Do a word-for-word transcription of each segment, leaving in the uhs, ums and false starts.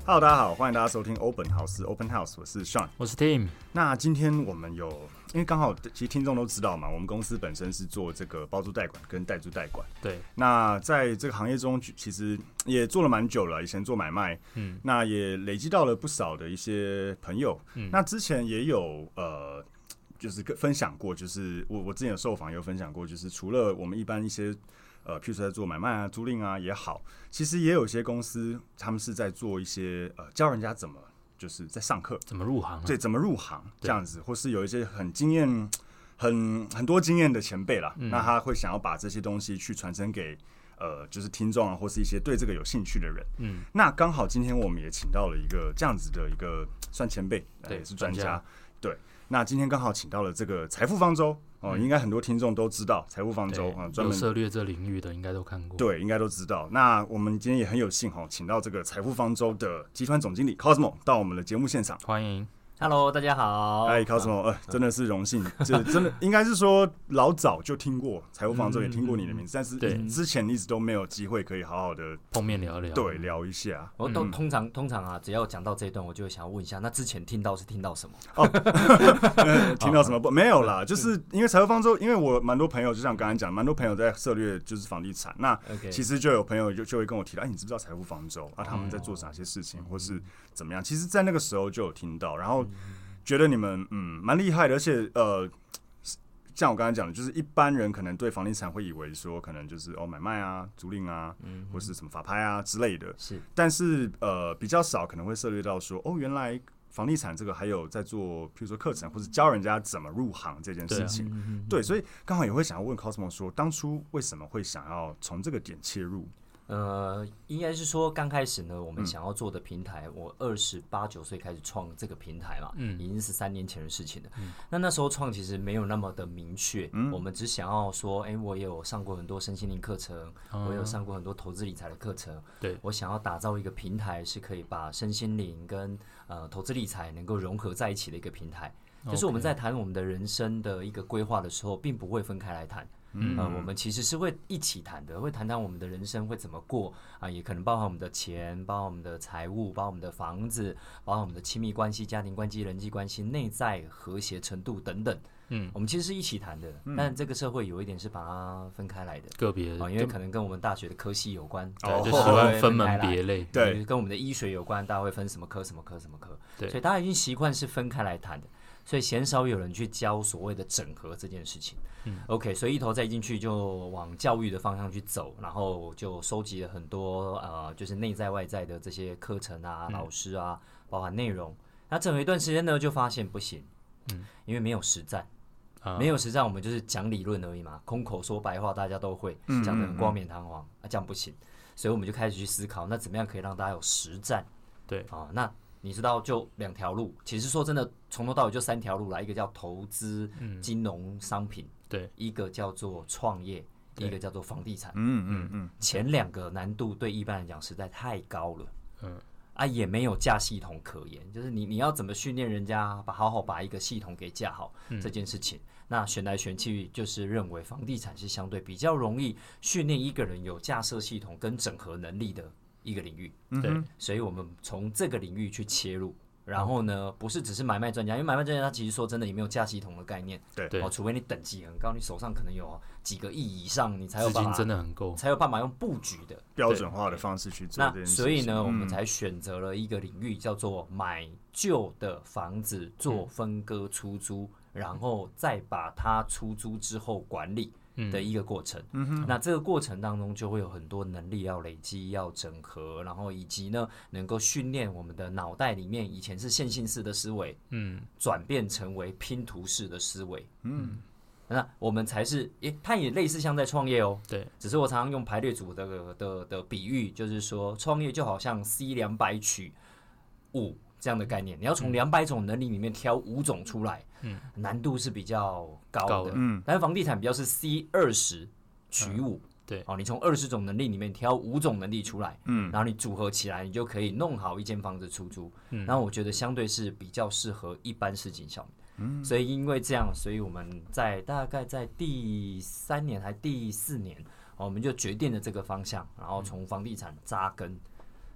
Hello， 大家好，欢迎大家收听 Open House Open House， 我是 Sean， 我是 Tim。 那今天我们有，因为刚好其实听众都知道嘛，我们公司本身是做这个包租代管跟代租代管。 对。 那在这个行业中，其实也做了蛮久了，以前做买卖，嗯，那也累积到了不少的一些朋友。嗯，那之前也有呃，就是分享过，就是我我之前有受访也有分享过，就是除了我们一般一些。呃，譬如说在做买卖啊、租赁啊也好，其实也有一些公司，他们是在做一些呃教人家怎么就是在上课， 怎么入行、啊， 对，怎么入行这样子，或是有一些很经验、很很多经验的前辈啦、嗯，那他会想要把这些东西去传承给呃，就是听众啊，或是一些对这个有兴趣的人。嗯，那刚好今天我们也请到了一个这样子的一个算前辈，对，也是专家，对。那今天刚好请到了这个财富方舟哦、嗯，应该很多听众都知道财富方舟啊，专门有涉猎这领域的应该都看过， 对，应该都知道。那我们今天也很有幸哈，请到这个财富方舟的集团总经理 Cosmo 到我们的节目现场， 欢迎。 Hello， 大家好。 哎 ，Cosmo， 呃，真的是荣幸，就真的应该是说老早就听过财富方舟，也听过你的名字，但是之前一直都没有机会可以好好的碰面聊聊， 对，聊一下。 我都通常通常啊，只要讲到这一段，我就会想要问一下，那之前听到是听到什么？ 哦，听到什么不？没有啦，就是因为财富方舟，因为我蛮多朋友，就像刚才讲，蛮多朋友在涉猎就是房地产，那其实就有朋友就就会跟我提到，哎，你知不知道财富方舟啊？他们在做哪些事情，或是怎么样？其实，在那个时候就有听到，然后。觉得你们嗯蛮厉害的，而且呃，像我刚才讲的，就是一般人可能对房地产会以为说，可能就是哦买卖啊、租赁啊，嗯，或是什么法拍啊之类的。 是， 但是呃比较少可能会涉猎到说，哦原来房地产这个还有在做，譬如说课程或是教人家怎么入行这件事情。对,、啊嗯、对，所以刚好也会想要问 Cosmo 说，当初为什么会想要从这个点切入？ 呃，应该是说刚开始呢，我们想要做的平台，嗯、我二十八九岁开始创这个平台嘛，嗯，已经是三年前的事情了。嗯、那那时候创其实没有那么的明确，嗯、我们只想要说，哎、欸，我也有上过很多身心灵课程，嗯、我也有上过很多投资理财的课程，对，我想要打造一个平台，是可以把身心灵跟呃投资理财能够融合在一起的一个平台。就是我们在谈我们的人生的一个规划的时候，并不会分开来谈。嗯、呃，我们其实是会一起谈的，会谈谈我们的人生会怎么过啊，也可能包含我们的钱，包含我们的财务，包含我们的房子，包含我们的亲密关系、家庭关系、人际关系、内在和谐程度等等。嗯，我们其实是一起谈的，嗯、但这个社会有一点是把它分开来的， 个别啊，因为可能跟我们大学的科系有关， 对，就喜欢分门别类， 对，跟我们的医学有关，大家会分什么科、什么科、什么科，对，所以大家已经习惯是分开来谈的。所以鲜少有人去教所谓的整合这件事情。嗯、OK， 所以一头栽进去就往教育的方向去走，然后就收集了很多呃，就是内在外在的这些课程啊、嗯、老师啊，包含内容。那整了一段时间呢，就发现不行，嗯，因为没有实战，啊、没有实战，我们就是讲理论而已嘛，空口说白话大家都会，讲得很冠冕堂皇，啊，这样不行。所以我们就开始去思考，那怎么样可以让大家有实战？对啊，那。你知道，就两条路。其实说真的，从头到尾就三条路啦。一个叫投资、金融商品，对；一个叫做创业，一个叫做房地产。嗯嗯嗯。前两个难度对一般人讲实在太高了。嗯。啊，也没有架系统可言，就是你你要怎么训练人家把好好把一个系统给架好、嗯、这件事情。那选来选去，就是认为房地产是相对比较容易训练一个人有架设系统跟整合能力的。一个领域，对，嗯、所以我们从这个领域去切入，然后呢，不是只是买卖专家，因为买卖专家他其实说真的也没有架系统的概念，对，哦，除非你等级很高，你手上可能有几个亿以上，你才有办法， 资金真的很够， 才有办法用布局的标准化的方式去做这件事情。 那所以呢，嗯、我们才选择了一个领域，叫做买旧的房子做分割出租，嗯、然后再把它出租之后管理。的一个过程，嗯、那这个过程当中就会有很多能力要累积、要整合，然后以及呢，能够训练我们的脑袋里面以前是线性式的思维，嗯，转变成为拼图式的思维，嗯，那我们才是，诶，它也类似像在创业哦，对，只是我常常用排列组的的的比喻，就是说创业就好像 C 两百取五。这样的概念，你要从两百种能力里面挑五种出来，嗯，难度是比较高的。高的嗯，但是房地产比较是 C 二十取五，嗯，对，哦，你从二十种能力里面挑五种能力出来，嗯，然后你组合起来，你就可以弄好一间房子出租。嗯，然后我觉得相对是比较适合一般市井小民。嗯，所以因为这样，所以我们在大概在第三年还第四年，我们就决定了这个方向，然后从房地产扎根。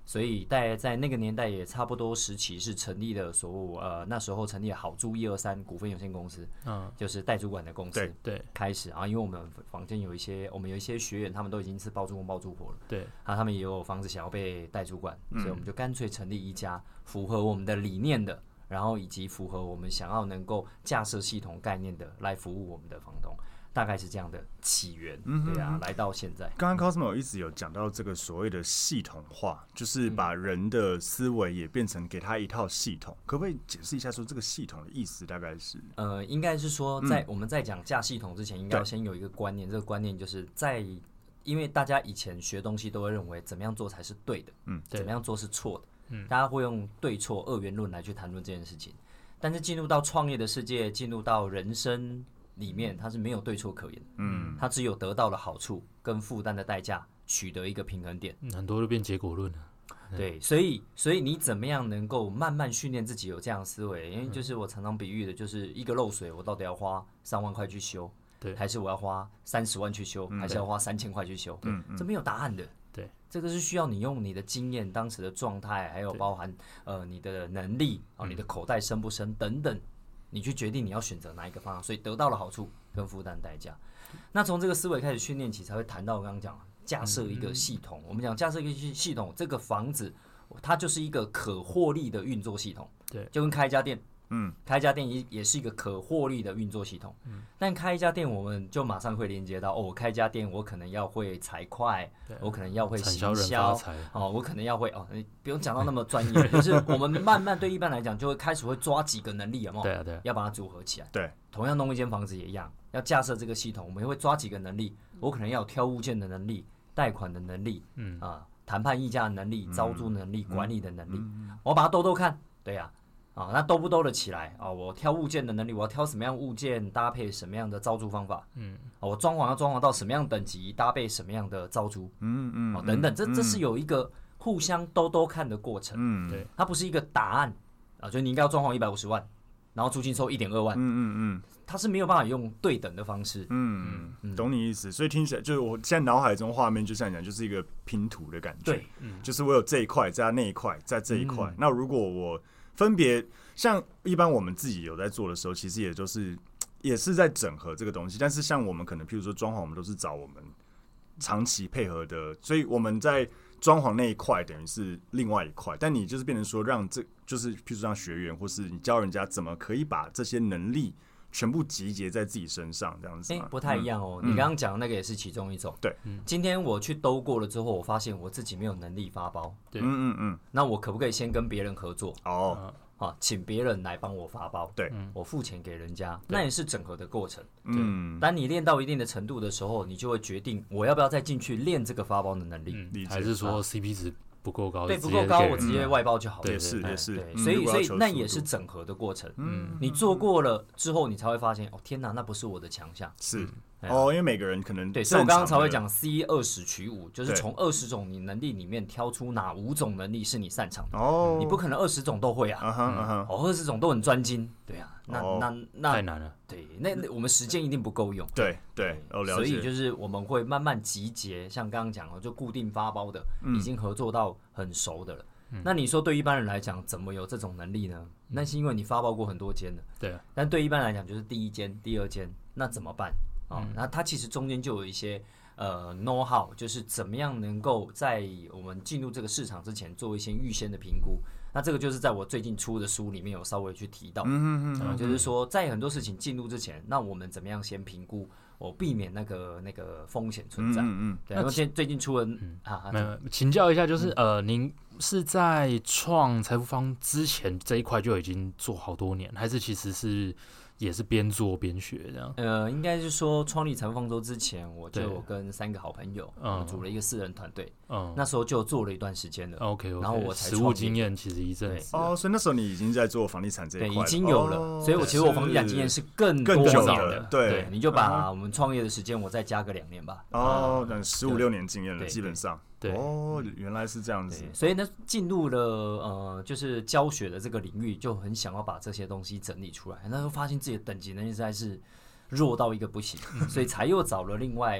所以在在那个年代也差不多时期是成立了所谓呃那时候成立了好租一二三股份有限公司，嗯，就是代租管的公司， 对对， 开始啊，因为我们房间有一些我们有一些学员他们都已经是包租公包租婆了， 对， 啊，他们也有房子想要被代租管，嗯、所以我们就干脆成立一家符合我们的理念的，然后以及符合我们想要能够架设系统概念的来服务我们的房东。大概是这样的起源，嗯、对啊，来到现在。 刚刚 Cosmo 一直有讲到这个所谓的系统化，就是把人的思维也变成给他一套系统，嗯、可不可以解释一下说这个系统的意思大概是？ 呃，应该是说在，在、嗯、我们在讲架系统之前，应该要先有一个观念，这个观念就是在，因为大家以前学东西都会认为怎么样做才是对的，嗯，怎么样做是错的，嗯，大家会用对错二元论来去谈论这件事情，但是进入到创业的世界，进入到人生里面，它是没有对错可言的，嗯，它只有得到的好处跟负担的代价，取得一个平衡点。 很多都变结果论了。 对，所以所以你怎么样能够慢慢训练自己有这样的思维？因为就是我常常比喻的，就是一个漏水，我到底要花三万块去修，对，还是我要花三十万去修，嗯、还是要花三千块去修？嗯，这没有答案的。 对， 这个是需要你用你的经验、当时的状态，还有包含呃你的能力啊、哦，你的口袋深不深等等。你去决定你要选择哪一个方向，所以得到了好处跟负担代价。那从这个思维开始训练起，才会谈到我刚刚讲架设一个系统。我们讲架设一个系统，这个房子它就是一个可获利的运作系统，对，就跟开一家店，嗯，开一家店也也是一个可获利的运作系统。嗯，但开一家店，我们就马上会连接到哦，我开一家店，我可能要会财会，我可能要会行销，哦，我可能要会哦，你不用讲到那么专业，就是我们慢慢对一般来讲，就会开始会抓几个能力，有没有？对啊，对啊，要把它组合起来。 对， 同样弄一间房子也一样，要架设这个系统，我们会抓几个能力，我可能要有挑物件的能力、贷款的能力，嗯啊，谈判议价的能力、招租能力、嗯、管理的能力，嗯、我把它兜兜看，对呀、啊。啊，那兜不兜得起来啊？我挑物件的能力，我要挑什么样物件，搭配什么样的招租方法？嗯，啊，我装潢要装潢到什么样等级，搭配什么样的招租？嗯嗯，啊，等等，这这是有一个互相兜兜看的过程。嗯，对，它不是一个答案啊，就你应该要装潢一百五十万，然后租金收一点二万。嗯嗯嗯，它是没有办法用对等的方式。 嗯嗯，懂你意思。所以听起来就是我现在脑海中画面就像你讲，就是一个拼图的感觉。对，嗯，就是我有这一块，在那一块，在这一块。嗯、那如果我分别像一般我们自己有在做的时候，其实也就是也是在整合这个东西。但是像我们可能，譬如说装潢，我们都是找我们长期配合的，所以我们在装潢那一块等于是另外一块。但你就是变成说，让这就是譬如说让学员或是你教人家怎么可以把这些能力全部集结在自己身上，这样子。哎、 欸，不太一样哦。嗯、你刚刚讲的那个也是其中一种。 对， 嗯、今天我去兜过了之后，我发现我自己没有能力发包。 对， 嗯嗯嗯。 那我可不可以先跟别人合作？ 哦。 啊，请别人来帮我发包， 对， 我付钱给人家，那也是整合的过程。嗯，当你练到一定的程度的时候，你就会决定我要不要再进去练这个发包的能力， 嗯、还是说 C P 值不够高？ 对，不够高，我直接外包就好了。 也是也是， 所以所以那也是整合的过程。嗯，你做过了之后，你才会发现，哦，天哪，那不是我的强项。 是。哦，因为每个人可能对，所以我刚刚才会讲 C 二十取五，就是从二十种你能力里面挑出哪五种能力是你擅长的。哦，你不可能二十种都会啊，哦，二十种都很专精，对啊，那那那太难了。 对，那那我们时间一定不够用。 对对，哦，了解。 所以就是我们会慢慢集结，像刚刚讲的，就固定发包的，已经合作到很熟的了。那你说对一般人来讲，怎么有这种能力呢？那是因为你发包过很多间了。 对。 但对一般来讲，就是第一间、第二间，那怎么办？哦，那它其实中间就有一些呃 know how， 就是怎么样能够在我们进入这个市场之前做一些预先的评估。那这个就是在我最近出的书里面有稍微去提到，嗯嗯嗯、呃，就是说在很多事情进入之前，那我们怎么样先评估，我、哦、避免那个那个风险存在。嗯嗯，对。因为现最近出了、嗯、啊， 没有请教一下，就是、嗯、呃，您是在创财富方之前这一块就已经做好多年，还是其实是？也是边做边学这样。 呃，应该是说创立财富方舟之前，我就跟三个好朋友，嗯，组了一个四人团队。嗯，那时候就做了一段时间了。 OK， 然后我才实务经验其实一阵子。 哦，所以那时候你已经在做房地产这一块了， 对，已经有了。哦、所以我其实我房地产经验是更多年的。 对， 对，你就把我们创业的时间我再加个两年吧。 哦，那十五六年经验了，基本上。对哦，原来是这样子。 所以呢，进入了呃，就是教学的这个领域，就很想要把这些东西整理出来。那时候发现自己的等级能力实在是弱到一个不行，所以才又找了另外啊、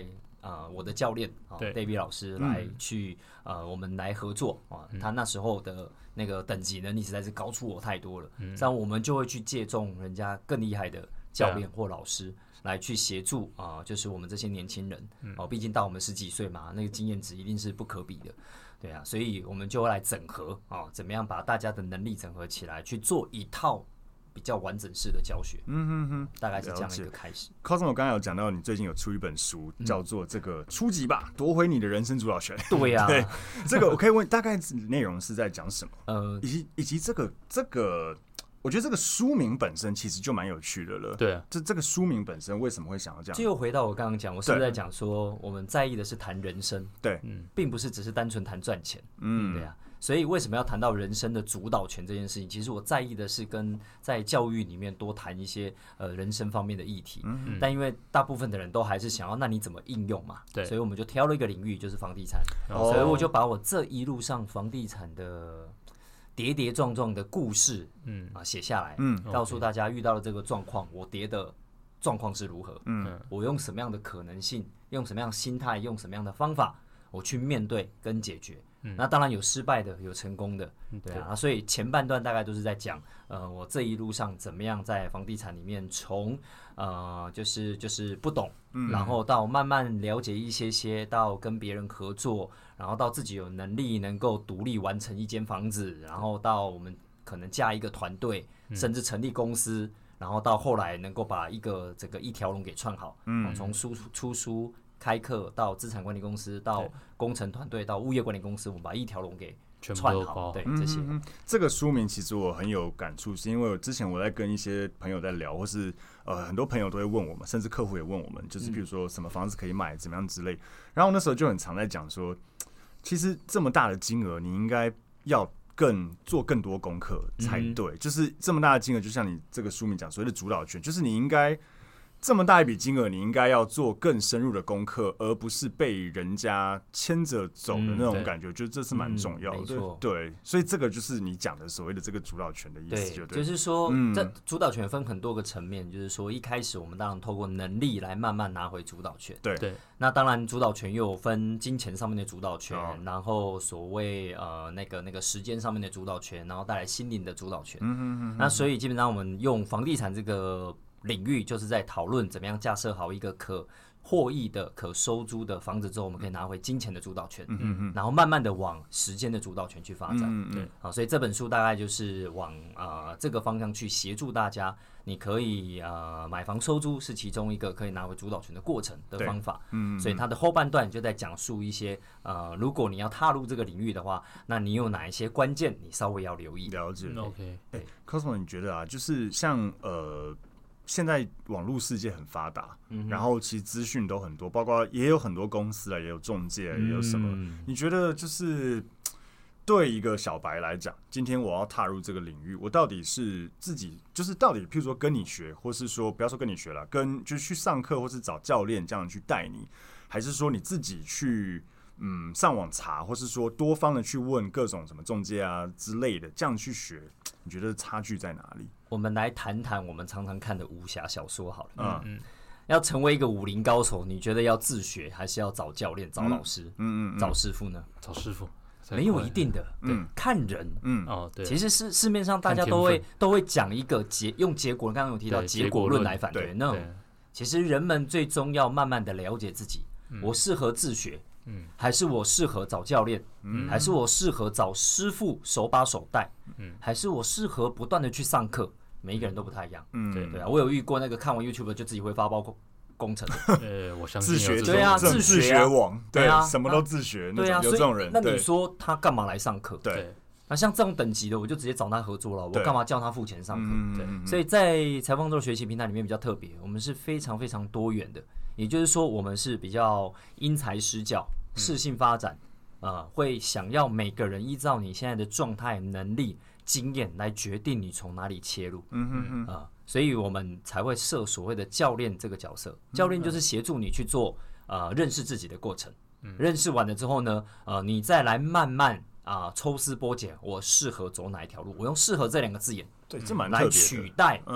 呃我的教练啊、哦、David 老师来去、嗯、呃我们来合作啊、嗯，他那时候的那个等级能力实在是高出我太多了，嗯，这样我们就会去借重人家更厉害的教练或老师。来去协助啊、呃，就是我们这些年轻人哦，毕竟到我们十几岁嘛，那个经验值一定是不可比的，对啊，所以我们就会来整合啊、哦，怎么样把大家的能力整合起来，去做一套比较完整式的教学，嗯哼哼，大概是这样一个开始。 Cosmo 刚才有讲到，你最近有出一本书，叫做这个初级吧，夺回你的人生主导权。 对呀、啊， 对，这个我可以问，大概内容是在讲什么？呃，以及以及这个这个。我觉得这个书名本身其实就蛮有趣的了。 对、啊， 这这个书名本身为什么会想要这样？ 就又回到我刚刚讲，我是不是在讲说，我们在意的是谈人生， 对， 嗯，并不是只是单纯谈赚钱，嗯，对啊。所以为什么要谈到人生的主导权这件事情？其实我在意的是跟在教育里面多谈一些呃人生方面的议题。嗯，但因为大部分的人都还是想要，那你怎么应用嘛？对，所以我们就挑了一个领域，就是房地产。哦、所以我就把我这一路上房地产的跌跌撞撞的故事，嗯啊写下来，嗯，告诉大家遇到了这个状况，我跌的状况是如何，嗯，我用什么样的可能性，用什么样的心态，用什么样的方法，我去面对跟解决。嗯、那当然有失败的，有成功的，对啊，所以前半段大概都是在讲，呃，我这一路上怎么样在房地产里面从呃就是就是不懂，嗯、然后到慢慢了解一些些，到跟别人合作，然后到自己有能力能够独立完成一间房子，然后到我们可能架一个团队，嗯、甚至成立公司，然后到后来能够把一个整个一条龙给串好，嗯，从书出书。开课到资产管理公司，到工程团队，到物业管理公司，我们把一条龙给串好。对，这些、嗯。 这个书名其实我很有感触，是因为我之前我在跟一些朋友在聊，或是呃很多朋友都会问我们，甚至客户也问我们，就是比如说什么房子可以买，怎么样之类。然后那时候就很常在讲说，其实这么大的金额，你应该要更做更多功课才对。嗯、就是这么大的金额，就像你这个书名讲所谓的主导权，就是你应该。这么大一笔金额，你应该要做更深入的功课，而不是被人家牵着走的那种感觉，我觉得这是蛮重要的。嗯、对，所以这个就是你讲的所谓的这个主导权的意思就对， 对，就是说，嗯、这主导权分很多个层面，就是说，一开始我们当然透过能力来慢慢拿回主导权。 对对。 那当然，主导权又有分金钱上面的主导权，哦、然后所谓呃那个那个时间上面的主导权，然后带来心灵的主导权。嗯嗯嗯。那所以基本上我们用房地产这个领域就是在讨论怎么样架设好一个可获益的、可收租的房子之后，我们可以拿回金钱的主导权，嗯嗯，然后慢慢的往时间的主导权去发展，嗯嗯，好，所以这本书大概就是往啊、呃、这个方向去协助大家，你可以呃买房收租是其中一个可以拿回主导权的过程的方法，嗯，所以它的后半段就在讲述一些呃，如果你要踏入这个领域的话，那你有哪一些关键你稍微要留意？ 了解 ，OK， 哎 ，Cosmo， 你觉得啊，就是像呃。现在网络世界很发达，嗯、然后其实资讯都很多，包括也有很多公司啊，也有中介，也有什么？嗯、你觉得就是对一个小白来讲，今天我要踏入这个领域，我到底是自己就是到底，譬如说跟你学，或是说不要说跟你学了，跟就是去上课，或是找教练这样去带你，还是说你自己去嗯上网查，或是说多方的去问各种什么中介啊之类的，这样去学，你觉得差距在哪里？ 我们来谈谈我们常常看的武侠小说好了。嗯嗯，要成为一个武林高手，你觉得要自学，还是要找教练、找老师？嗯 嗯, 嗯，找师傅呢？ 找师傅， 没有一定的。对，嗯、看人。嗯哦，对。其实市市面上大家都会都会讲一个结用结果，刚刚有提到结果论来反对。那其实人们最终要慢慢的了解自己，嗯、我适合自学。嗯，还是我适合找教练，嗯，还是我适合找师傅手把手带，嗯，还是我适合不断的去上课，每一个人都不太一样，嗯，对对啊，我有遇过那个看完 YouTube 就自己会发包工程的， 呃，我相信自学， 对啊，自学啊， 网，对啊，什么都自学， 对啊， 有这种人， 那你说他干嘛来上课？ 对， 那像这种等级的，我就直接找他合作了，我干嘛叫他付钱上课？对，所以在财丰周学习平台里面比较特别，我们是非常非常多元的，也就是说，我们是比较因材施教。适性发展，呃，会想要每个人依照你现在的状态、能力、经验来决定你从哪里切入，嗯哼哼，呃，所以我们才会设所谓的教练这个角色。教练就是协助你去做呃认识自己的过程，嗯、认识完了之后呢，呃，你再来慢慢啊、呃、抽丝剥茧，我适合走哪一条路？我用“适合”这两个字眼， 对，这蛮来取代，嗯。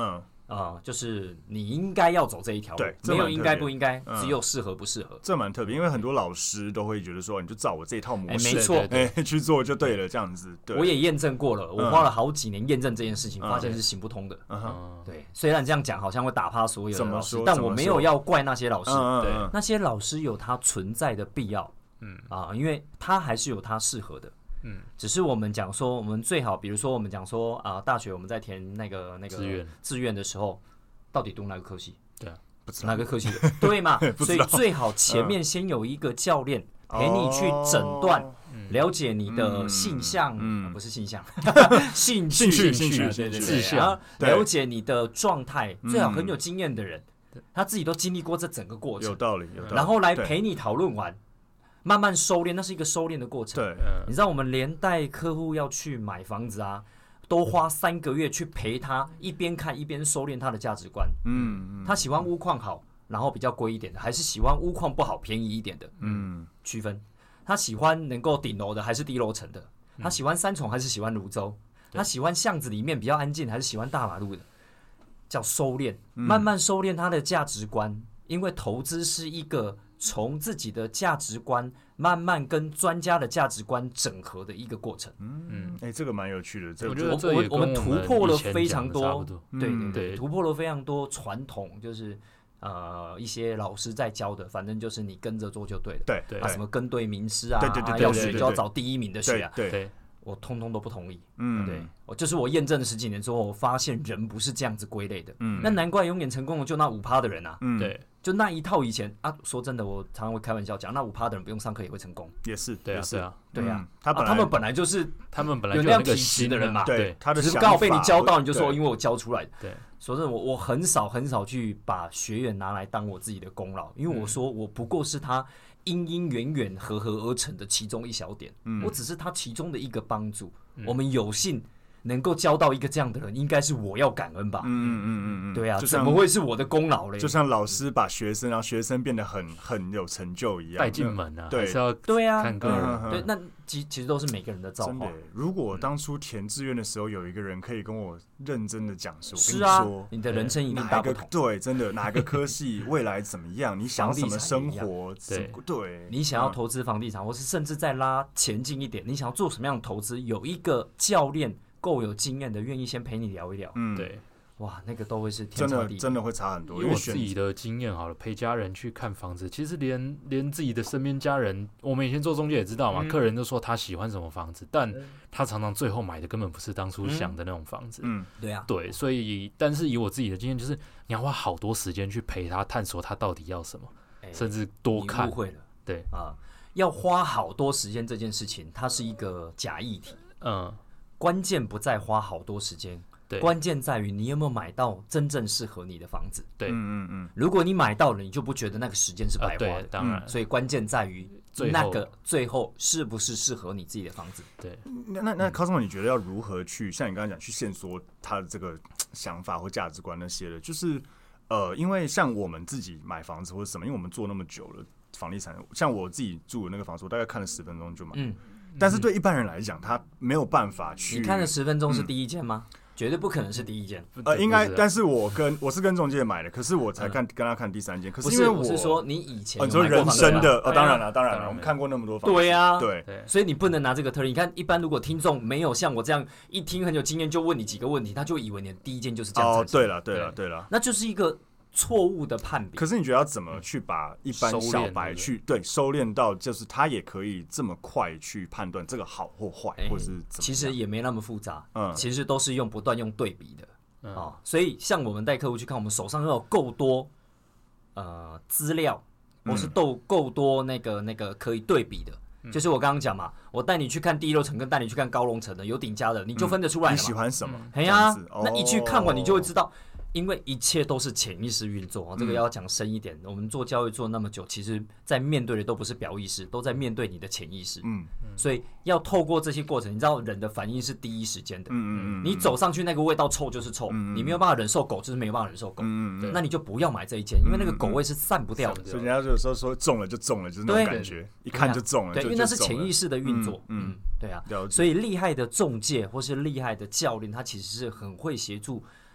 啊、呃，就是你应该要走这一条路， 对， 没有应该不应该， 嗯、 只有适合不适合。 这蛮特别，因为很多老师都会觉得说，你就照我这一套模式， 欸、没错， 哎、欸，去做就对了，这样子。对， 我也验证过了，我花了好几年验证这件事情，嗯、发现是行不通的。 嗯、 对，虽然这样讲好像会打趴所有的老师， 怎么说？ 但我没有要怪那些老师， 嗯、 对，那些老师有他存在的必要，嗯啊，因为他还是有他适合的。嗯，只是我们讲说，我们最好，比如说我们讲说啊、呃，大学我们在填那个那个志愿志愿的时候，到底读哪个科系？ 对啊， 不知道哪个科系的？对嘛？所以最好前面先有一个教练陪你去诊断，嗯、了解你的性向，嗯，呃、不是性向，兴趣， 兴趣，兴趣， 对对志向，了解你的状态，最好很有经验的人，他自己都经历过这整个过程， 有道理，有道理， 然后来陪你讨论完。慢慢收敛，那是一个收敛的过程。 对， 你知道我们连带客户要去买房子啊，都花三个月去陪他，一边看一边收敛他的价值观。嗯，他喜欢屋况好，然后比较贵一点的，还是喜欢屋况不好、便宜一点的？嗯，区分。他喜欢能够顶楼的，还是低楼层的？他喜欢三重还是喜欢蘆洲？他喜欢巷子里面比较安静，还是喜欢大马路的？叫收敛，慢慢收敛他的价值观，因为投资是一个。从自己的价值观慢慢跟专家的价值观整合的一个过程。 嗯，哎、欸，这个蛮有趣的。这我觉得这我我们突破了非常多，对对对，突破了非常多传统，就是呃一些老师在教的，反正就是你跟着做就对了。 对对， 啊什么跟对名师啊， 对对对， 要学就要找第一名的学啊。 对对， 我通通都不同意。 嗯， 对，我就是我验证了十几年之后，我发现人不是这样子归类的。嗯，那难怪永远成功的就那五趴的人啊。 嗯， 对。 就那一套以前啊，说真的，我常常会开玩笑讲，那五趴的人不用上课也会成功。 也是， 对啊， 是啊， 对啊， 他本他们本来就是他们本来有那样体质的人嘛， 对，他的只是刚好被你教到，你就说因为我教出来的。 对， 说真的，我我很少很少去把学员拿来当我自己的功劳，因为我说我不过是他因因缘缘合合而成的其中一小点，我只是他其中的一个帮助。我们有幸能够教到一个这样的人，应该是我要感恩吧？ 嗯嗯嗯嗯， 对啊，怎么会是我的功劳嘞？ 就像老师把学生，让学生变得很很有成就一样， 带进门啊， 对， 是要对啊， 看个人。 对，那其其实都是每个人的造化。 如果当初填志愿的时候，有一个人可以跟我认真的讲述， 是啊，你的人生一定大不同。 对，真的，哪个科系未来怎么样？你想什么生活？ 对对， 你想要投资房地产，或是甚至再拉前进一点，你想要做什么样的投资？有一个教练。够有经验的，愿意先陪你聊一聊。 嗯，对， 哇，那个都会是天差地别， 真的真的会差很多。 因为我自己的经验好了，陪家人去看房子，其实连连自己的身边家人，我们以前做中介也知道嘛，嗯、客人都说他喜欢什么房子，但他常常最后买的根本不是当初想的那种房子。 嗯，对啊， 对，所以但是以我自己的经验，就是你要花好多时间去陪他探索他到底要什么，欸、甚至多看。 你误会了， 对啊，要花好多时间这件事情，它是一个假议题。 嗯。 关键不在花好多时间，关键在于你有没有买到真正适合你的房子。 对， 嗯嗯嗯。 如果你买到了，你就不觉得那个时间是白花的。 呃、当然、 嗯，所以关键在于那个最后是不是适合你自己的房子。 对， 那那那 Cosmo， 你觉得要如何去像你刚才讲去限缩他的这个想法或价值观那些的？就是呃，因为像我们自己买房子或者什么，因为我们做那么久了房地产，像我自己住的那个房子，我大概看了十分钟就买。嗯。但是对一般人来讲，他没有办法去。 你看了十分钟是第一件吗？嗯、绝对不可能是第一件。 呃，应该，但是我跟我是跟中介买的，可是我才看、嗯、跟他看第三件。可是因为我是说你以前有买过房子、哦、你说人生的哦，当然了，当然了， 然我们看过那么多房子。 对呀、啊， 对， 所以你不能拿这个特例。你看，一般如果听众没有像我这样一听很有经验，就问你几个问题，他就以为你的第一件就是这样。 哦，对了，对了，对了， 那就是一个。错误的判别。 可是你觉得要怎么去把一般小白去对收敛到，就是他也可以这么快去判断这个好或坏，欸、或是怎么？ 其实也没那么复杂， 嗯， 其实都是用不断用对比的，嗯、哦，所以像我们带客户去看，我们手上要有够多呃资料，或是够够多那个那个可以对比的。嗯、就是我刚刚讲嘛，我带你去看第一楼层，跟带你去看高楼层的，有顶加的，你就分得出来了嘛、嗯。 你喜欢什么？ 哎呀、啊，哦、那一去看完，你就会知道。因为一切都是潜意识运作啊，这个要讲深一点。嗯、我们做教育做那么久，其实在面对的都不是表意识，都在面对你的潜意识。嗯，所以要透过这些过程，你知道人的反应是第一时间的。嗯嗯嗯。你走上去那个味道臭就是臭，嗯、你没有办法忍受狗就是没有办法忍受狗。嗯嗯。那你就不要买这一间，因为那个狗味是散不掉的。 所以人家有时候说中了就中了，就是那种感觉，一看就中了。 对，因为那是潜意识的运作。嗯，对啊。所以厉害的中介或是厉害的教练，他其实是很会协助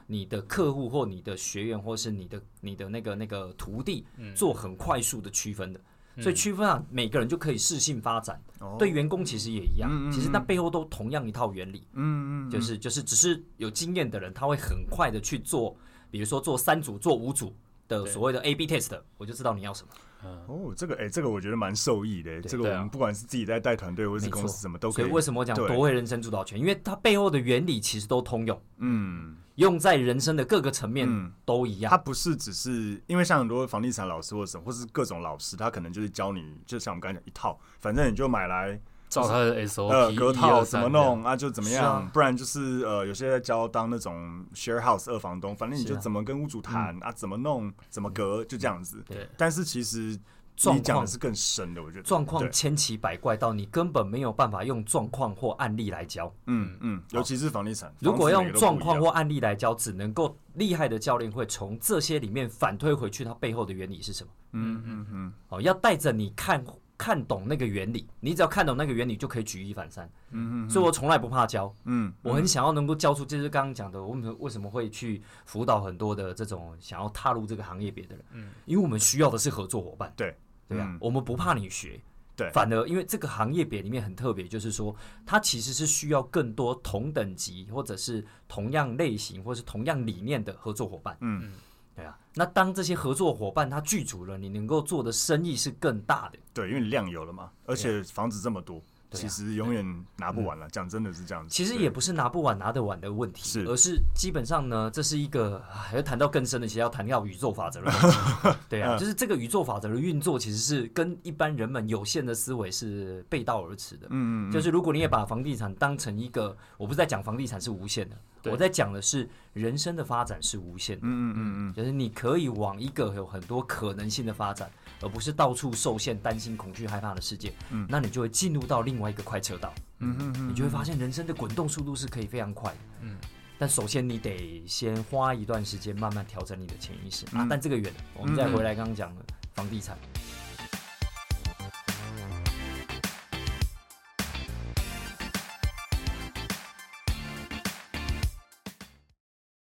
你的客户或你的学员或是你的你的那个那个徒弟做很快速的区分的。所以区分啊，每个人就可以适性发展。哦、对员工其实也一样，嗯嗯嗯其实那背后都同样一套原理。嗯嗯嗯就是就是只是有经验的人，他会很快的去做，比如说做三组、做五组的所谓的 A B test， 我就知道你要什么。 哦，这个哎、欸，这个我觉得蛮受益的。这个我们不管是自己在带团队，或是公司什么都可以。 所以为什么我讲夺回人生主导权？因为它背后的原理其实都通用。嗯。用在人生的各个层面都一样、嗯， 它不是只是因为像很多房地产老师或什么，或是各种老师，他可能就是教你，就像我们刚才讲一套，反正你就买来照他的 S O P， 呃，隔套怎么弄啊，就怎么样，啊、不然就是呃，有些在教当那种 share house 二房东，反正你就怎么跟屋主谈 啊, 啊，怎么弄，怎么隔，就这样子。对，但是其实。你讲的是更深的，我觉得状况千奇百怪到你根本没有办法用状况或案例来教。 嗯嗯，尤其是房地产， 如果用状况或案例来教，只能够厉害的教练会从这些里面反推回去，它背后的原理是什么？嗯嗯嗯。哦，要带着你看看懂那个原理，你只要看懂那个原理，就可以举一反三。嗯嗯。所以我从来不怕教。嗯。我很想要能够教出，就是刚刚讲的，我们为什么会去辅导很多的这种想要踏入这个行业别的人？嗯，因为我们需要的是合作伙伴。 对。 对啊，嗯、我们不怕你学， 对， 反而因为这个行业别里面很特别，就是说它其实是需要更多同等级或者是同样类型或是同样理念的合作伙伴。嗯，对啊。那当这些合作伙伴他具足了，你能够做的生意是更大的。 对，因为你量有了嘛，而且房子这么多。其实永远拿不完了，讲、嗯、真的是这样子。 其实也不是拿不完、拿得完的问题，是而是基本上呢，这是一个要谈到更深的，其实要谈到宇宙法则的问题。对啊，就是这个宇宙法则的运作，其实是跟一般人们有限的思维是背道而驰的。嗯嗯。就是如果你也把房地产当成一个，我不是在讲房地产是无限的，我在讲的是人生的发展是无限的。嗯嗯嗯嗯。就是你可以往一个有很多可能性的发展，而不是到处受限、担心、恐惧、害怕的世界。嗯，那你就会进入到另外一个快车道。嗯哼哼，你就会发现人生的滚动速度是可以非常快的。嗯，但首先你得先花一段时间慢慢调整你的潜意识、嗯、啊。但这个远，我们再回来刚刚讲的房地产。